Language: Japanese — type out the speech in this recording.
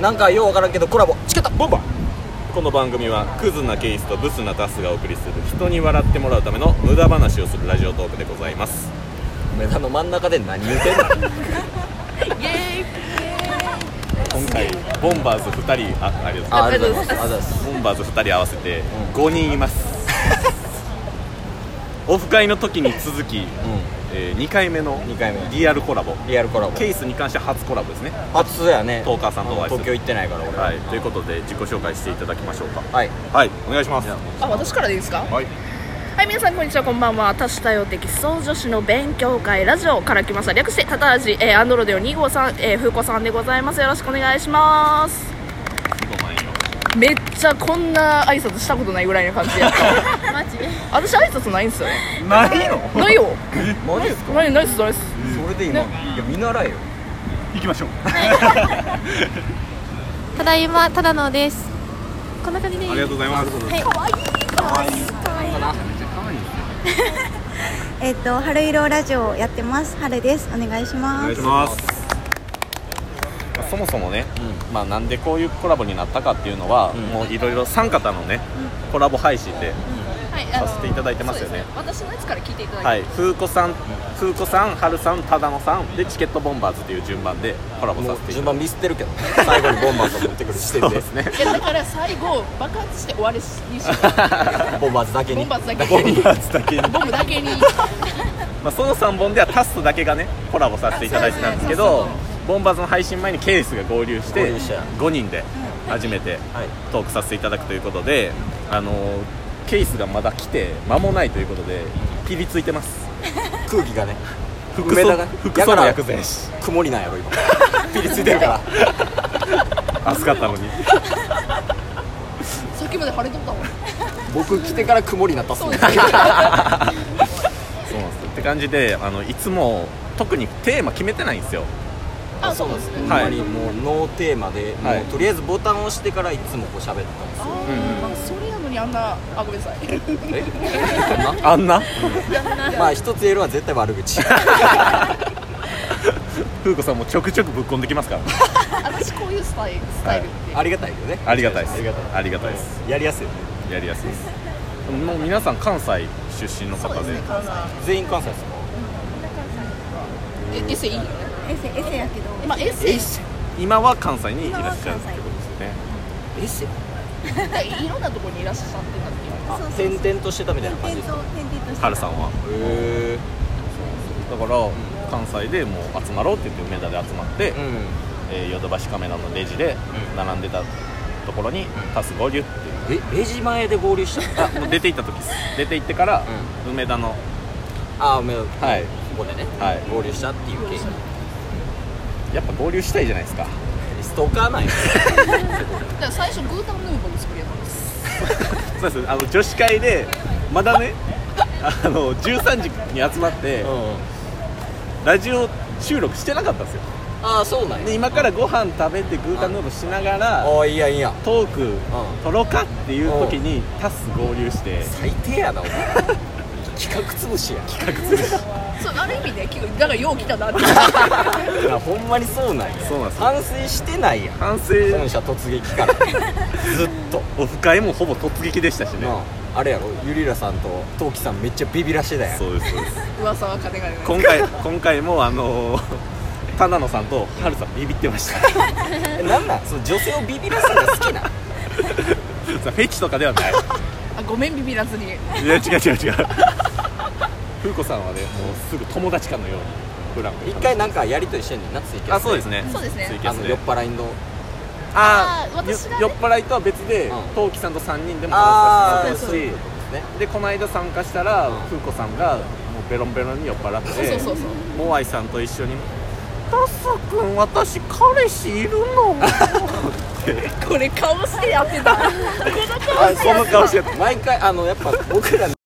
なんかようわからんけどコラボチケットボンバー。 この番組はクズなケイスとブスなタスがお送りする人に笑ってもらうための無駄話をするラジオトークでございます。 梅田の真ん中で何言うてんの。 イエーイ。 今回ボンバーズ2人ありがとうございますボンバーズ2人合わせて5人います、オフ会の時に続き、2回目のリアルコラボケースに関しては初コラボですね。 初やね。 トーカーさんとお会いする。 東京行ってないから俺、 はい、ということで自己紹介していただきましょうか。 はい、 はい、お願いします。 私からでいいですか。 はい、 はい、皆さんこんにちは、こんばんは。多種多様的そう女子の勉強会ラジオから来ました。略してタタラジ、アンドロデオ2号さん、風子さんでございます。よろしくお願いします。めっちゃこんな挨拶したことないぐらいの感じやったマジ私挨拶ないんですよね。 ないのないよ。 マジですか。 ないっす。 それで今、いや見習えよ。 行きましょう。 ただいまただのです。こんな感じで。 ありがとうございます。 はい。可愛い。春色ラジオやってます。春です。お願いします。 お願いします。そもそもね、なんでこういうコラボになったかっていうのは、もういろいろ3方のね、コラボ配信でさせていただいてますよね。 私のやつから聞いていただいて、 はい、風子さん、春さん、忠野さんでチケットボンバーズっていう順番でコラボさせていただいて、 順番ミスってるけど最後にボンバーズを持ってくる視点ですね。 いやだから最後爆発して終わりにしボンバーズだけにボンムだけにその3本ではタスとだけがねコラボさせていただいてたんですけど、ボンバーズの配信前にケースが合流して5人で初めてトークさせていただくということで、ケースがまだ来て間もないということでピリついてます。 空気がね、 服装も薬膳し曇りなんやろ今ピリついてるから暑かったのにさっきまで晴れとったもん。 僕来てから曇りになったっすね。 そうなんですって感じで、いつも特にテーマ決めてないんですよ。 あ、そうですね。 ほんまにもうノーテーマで、もうとりあえずボタンを押してからいつもこう喋ったんですよ。 それやのにあんな、ごめんなさい。 あんなまあ一つ言えるは絶対悪口。 風子さんもちょくちょくぶっこんできますから私こういうスタイルってありがたいよね。 ありがたいです。ありがたいです。 やりやすいよね。 やりやすいです。もう皆さん関西出身の方で、 全員関西ですか。 エセいいよね。 エセやけど。 まあエセ今は関西にいらっしゃるってことですよね。 いろんなところにいらっしゃってたっていう。 転々としてたみたいな感じですか。 春さんはだから関西でもう集まろうって言って梅田で集まって、ヨドバシカメラのレジで並んでたところにタス合流っていう。 レジ前で合流したもう出て行った時です。出て行ってから梅田の梅田、はい、ここでね、合流したっていう経緯。 やっぱ合流したいじゃないですか。 ストーカーなんよ。 だから最初グータンヌーボーの作りやったんです。 そうです。女子会でまだね13時に集まって、ラジオ収録してなかったんですよ。 ああ、そうなんや。 で今からご飯食べてグータンヌーボーしながらいいやトーク撮ろうかっていう時にタス合流して。 最低やなお前。企画潰しや。 そうある意味ね、だからよう来たなって。 ほんまにそうなんや。 そうなんです。 反省してないやん。 反省。 本社突撃からずっとオフ会もほぼ突撃でしたしね。 あれやろ、ゆりらさんとトウキさんめっちゃビビらしてたやん。 そうです噂は金がね。 今回も忠野さんと春さんビビってました。 なんなんその女性をビビらすのが好きな。 フェチとかではない。 ごめんビビらずに。 いや違う。風子さんはね、もうすぐ友達かのようにフランク。 一回なんかやりとりしてんねんな、ツイキャス。 そうですね。 そうですね。 ツイキャスで酔っ払いの。 私酔っ払いとは別でトウキさんと3人でも話させてもらったし、でこの間参加したら風子さんがもうベロンベロンに酔っ払って、モアイさんと一緒にタス君私彼氏いるのこれ顔してやってた。 この顔して毎回やっぱ僕ら